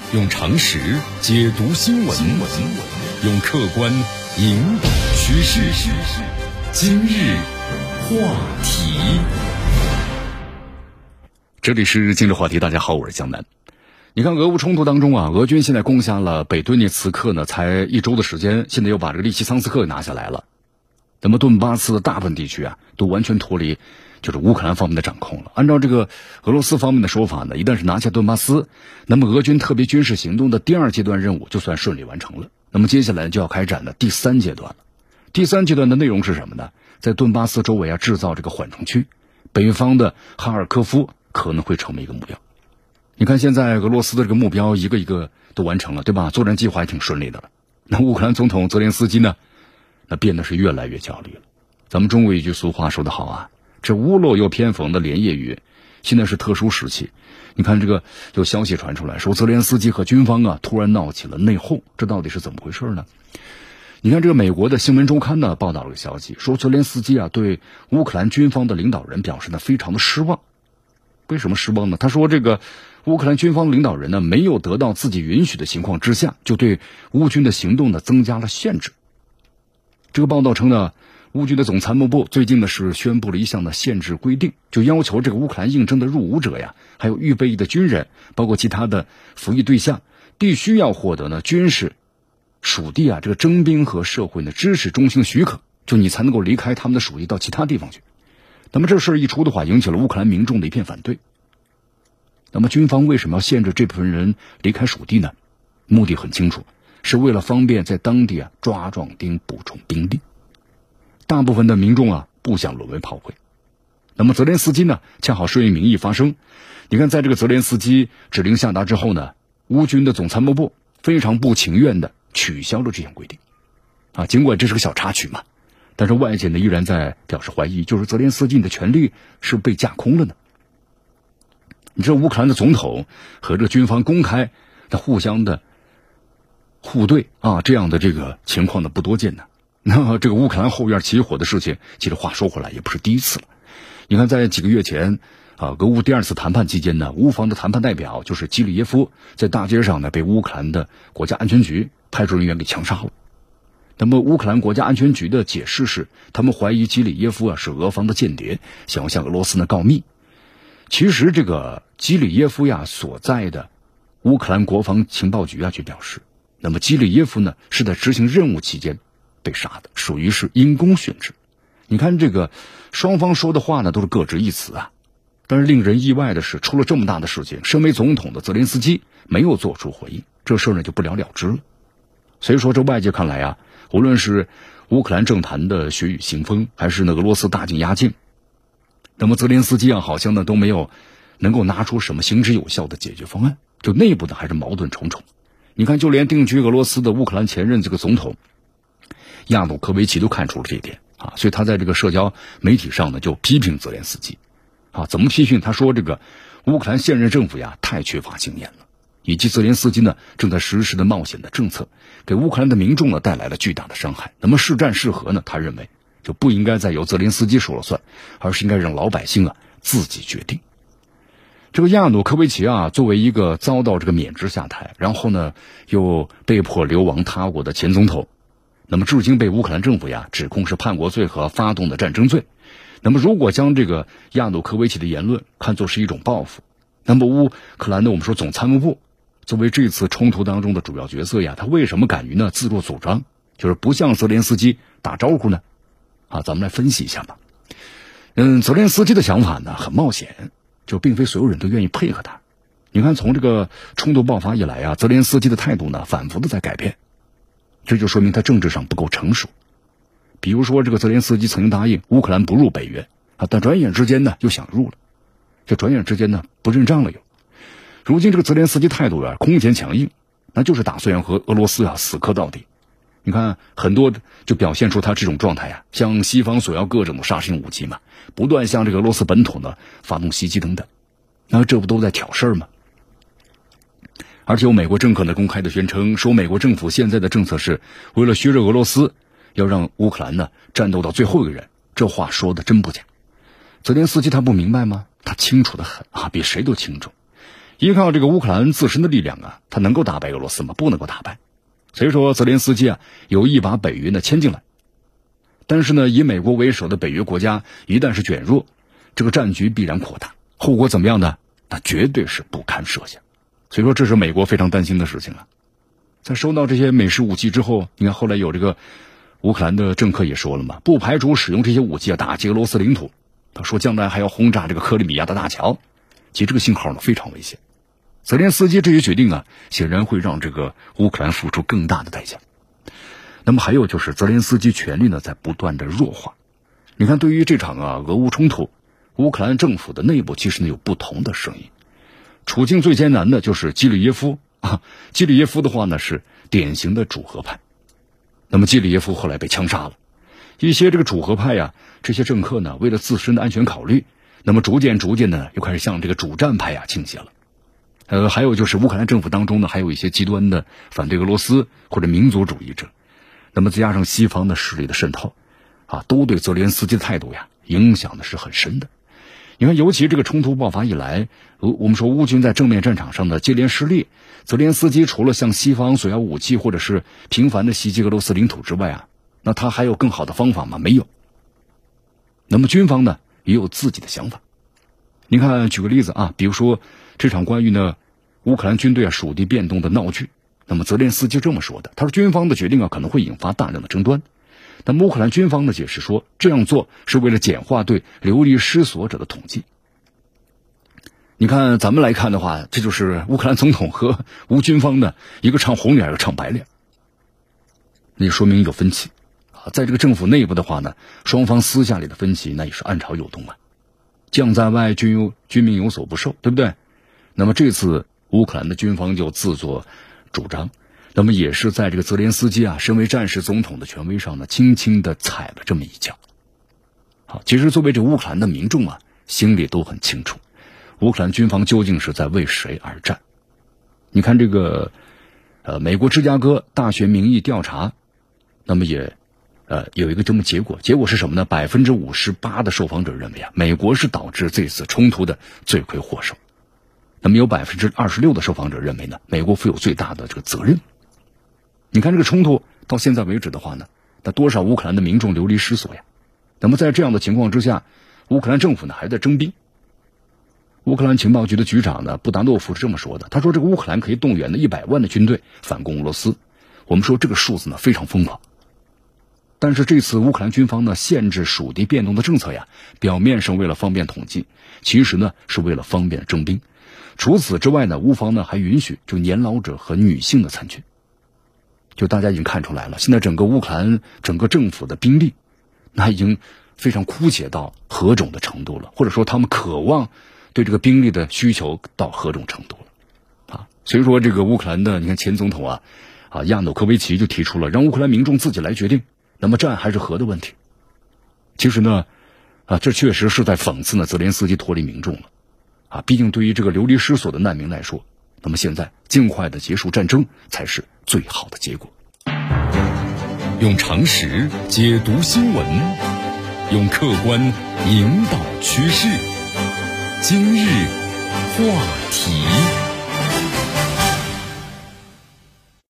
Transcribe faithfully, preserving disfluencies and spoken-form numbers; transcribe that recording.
用常识解读新闻，用客观引导趋势。今日话题，这里是今日话题。大家好，我是江南。你看，俄乌冲突当中啊，俄军现在攻下了北顿涅茨克呢，才一周的时间，现在又把这个利西昌斯克拿下来了。那么顿巴斯的大部分地区啊，都完全脱离就是乌克兰方面的掌控了。按照这个俄罗斯方面的说法呢，一旦是拿下顿巴斯，那么俄军特别军事行动的第二阶段任务就算顺利完成了。那么接下来就要开展的第三阶段了。第三阶段的内容是什么呢？在顿巴斯周围啊，制造这个缓冲区，北方的哈尔科夫可能会成为一个目标。你看现在俄罗斯的这个目标一个一个都完成了，对吧？作战计划也挺顺利的了。那乌克兰总统泽连斯基呢，那变得是越来越焦虑了。咱们中国一句俗话说得好啊，这屋漏又偏逢的连夜雨。现在是特殊时期，你看这个有消息传出来说泽连斯基和军方啊突然闹起了内讧，这到底是怎么回事呢？你看这个美国的新闻周刊呢报道了个消息，说泽连斯基啊对乌克兰军方的领导人表示呢非常的失望。为什么失望呢？他说这个乌克兰军方领导人呢没有得到自己允许的情况之下，就对乌军的行动呢增加了限制。这个报道称呢，乌军的总参谋部最近呢是宣布了一项的限制规定，就要求这个乌克兰应征的入伍者呀，还有预备役的军人，包括其他的服役对象，必须要获得呢军事属地啊这个征兵和社会呢支持中心的许可，就你才能够离开他们的属地到其他地方去。那么这事一出的话，引起了乌克兰民众的一片反对。那么军方为什么要限制这部分人离开属地呢？目的很清楚，是为了方便在当地啊抓壮丁补充兵力。大部分的民众啊不想沦为炮灰。那么泽连斯基呢恰好顺应民意发声。你看在这个泽连斯基指令下达之后呢，乌军的总参谋部非常不情愿的取消了这项规定啊，尽管这是个小插曲嘛，但是外界呢依然在表示怀疑，就是泽连斯基的权力是不是被架空了呢？你知道乌克兰的总统和这个军方公开的互相的互对啊，这样的这个情况呢不多见呢。那这个乌克兰后院起火的事情，其实话说回来也不是第一次了。你看在几个月前啊，俄乌第二次谈判期间呢，乌方的谈判代表就是基里耶夫在大街上呢被乌克兰的国家安全局派出人员给枪杀了。那么乌克兰国家安全局的解释是，他们怀疑基里耶夫啊是俄方的间谍，想要向俄罗斯呢告密。其实这个基里耶夫呀所在的乌克兰国防情报局啊就表示，那么基里耶夫呢是在执行任务期间被杀的，属于是因公殉职。你看这个双方说的话呢都是各执一词啊。但是令人意外的是，出了这么大的事情，身为总统的泽连斯基没有做出回应，这事呢就不了了之了。所以说这外界看来啊，无论是乌克兰政坛的血雨腥风，还是那俄罗斯大境压境，那么泽连斯基啊好像呢都没有能够拿出什么行之有效的解决方案，就内部的还是矛盾重重。你看就连定居俄罗斯的乌克兰前任这个总统亚努科维奇都看出了这一点啊，所以他在这个社交媒体上呢就批评泽连斯基啊，怎么批评？他说这个乌克兰现任政府呀太缺乏经验了，以及泽连斯基呢正在实施的冒险的政策，给乌克兰的民众呢带来了巨大的伤害。那么是战是和呢？他认为就不应该再由泽连斯基说了算，而是应该让老百姓啊自己决定。这个亚努科维奇啊，作为一个遭到这个免职下台，然后呢又被迫流亡他国的前总统，那么至今被乌克兰政府呀指控是叛国罪和发动的战争罪。那么如果将这个亚努科维奇的言论看作是一种报复，那么乌克兰的我们说总参谋部作为这次冲突当中的主要角色呀，他为什么敢于呢自作主张，就是不向泽连斯基打招呼呢？啊，咱们来分析一下吧。嗯，泽连斯基的想法呢很冒险，就并非所有人都愿意配合他。你看从这个冲突爆发以来啊，泽连斯基的态度呢反复的在改变，这就说明他政治上不够成熟。比如说这个泽连斯基曾经答应乌克兰不入北约啊，但转眼之间呢又想入了，这转眼之间呢不认账了又。如今这个泽连斯基态度啊空前强硬，那就是打算要和俄罗斯啊死磕到底。你看很多就表现出他这种状态啊，向西方索要各种的杀伤武器嘛，不断向这个俄罗斯本土呢发动袭击等等，那这不都在挑事儿吗？而且有美国政客呢公开的宣称说，美国政府现在的政策是为了削弱俄罗斯，要让乌克兰呢战斗到最后一个人。这话说的真不假。泽连斯基他不明白吗？他清楚的很啊，比谁都清楚。 依靠这个乌克兰自身的力量啊，他能够打败俄罗斯吗？不能够打败。所以说泽连斯基啊有意把北约呢牵进来，但是呢以美国为首的北约国家一旦是卷入，这个战局必然扩大，后果怎么样呢？那绝对是不堪设想。所以说这是美国非常担心的事情啊。在收到这些美式武器之后，你看后来有这个乌克兰的政客也说了嘛，不排除使用这些武器啊打击俄罗斯领土。他说将来还要轰炸这个克里米亚的大桥。其实这个信号呢非常危险。泽连斯基这些决定啊，显然会让这个乌克兰付出更大的代价。那么还有就是泽连斯基权力呢在不断的弱化。你看对于这场啊俄乌冲突，乌克兰政府的内部其实呢有不同的声音。处境最艰难的就是基里耶夫啊，基里耶夫的话呢是典型的主和派。那么基里耶夫后来被枪杀了。一些这个主和派呀、啊，这些政客呢为了自身的安全考虑，那么逐渐逐渐呢又开始向这个主战派啊倾斜了。呃，还有就是乌克兰政府当中呢，还有一些极端的反对俄罗斯或者民族主义者，那么再加上西方的势力的渗透，啊，都对泽连斯基的态度呀影响的是很深的。你看，尤其这个冲突爆发以来，我我们说乌军在正面战场上的接连失利，泽连斯基除了向西方索要武器或者是频繁的袭击俄罗斯领土之外啊，那他还有更好的方法吗？没有。那么军方呢也有自己的想法。你看，举个例子啊，比如说这场关于呢乌克兰军队啊属地变动的闹剧，那么泽连斯基这么说的，他说军方的决定啊可能会引发大量的争端。但乌克兰军方的解释说，这样做是为了简化对流离失所者的统计。你看咱们来看的话，这就是乌克兰总统和乌军方的一个唱红脸，一个唱白脸，那说明有分歧啊。在这个政府内部的话呢，双方私下里的分歧那也是暗潮涌动啊。将在外，军有军民有所不受，对不对？那么这次乌克兰的军方就自作主张，那么也是在这个泽连斯基啊身为战时总统的权威上呢，轻轻的踩了这么一脚。好，其实作为这乌克兰的民众啊，心里都很清楚，乌克兰军方究竟是在为谁而战。你看这个，呃，美国芝加哥大学民意调查，那么也。呃，有一个这么结果，结果是什么呢？百分之五十八的受访者认为啊，美国是导致这次冲突的罪魁祸首。那么有百分之二十六的受访者认为呢，美国负有最大的这个责任。你看这个冲突到现在为止的话呢，那多少乌克兰的民众流离失所呀？那么在这样的情况之下，乌克兰政府呢还在征兵。乌克兰情报局的局长呢布达诺夫是这么说的，他说这个乌克兰可以动员的一百万的军队反攻俄罗斯。我们说这个数字呢非常疯狂。但是这次乌克兰军方呢限制属地变动的政策呀，表面上为了方便统计，其实呢是为了方便征兵。除此之外呢，乌方呢还允许就年老者和女性的参军。就大家已经看出来了，现在整个乌克兰整个政府的兵力，那已经非常枯竭到何种的程度了，或者说他们渴望对这个兵力的需求到何种程度了啊？所以说这个乌克兰的，你看前总统啊啊亚努科维奇就提出了让乌克兰民众自己来决定。那么战还是和的问题，其实呢，啊，这确实是在讽刺呢泽连斯基脱离民众了，啊，毕竟对于这个流离失所的难民来说，那么现在尽快的结束战争才是最好的结果。 用常识解读新闻，用客观引导趋势。今日话题。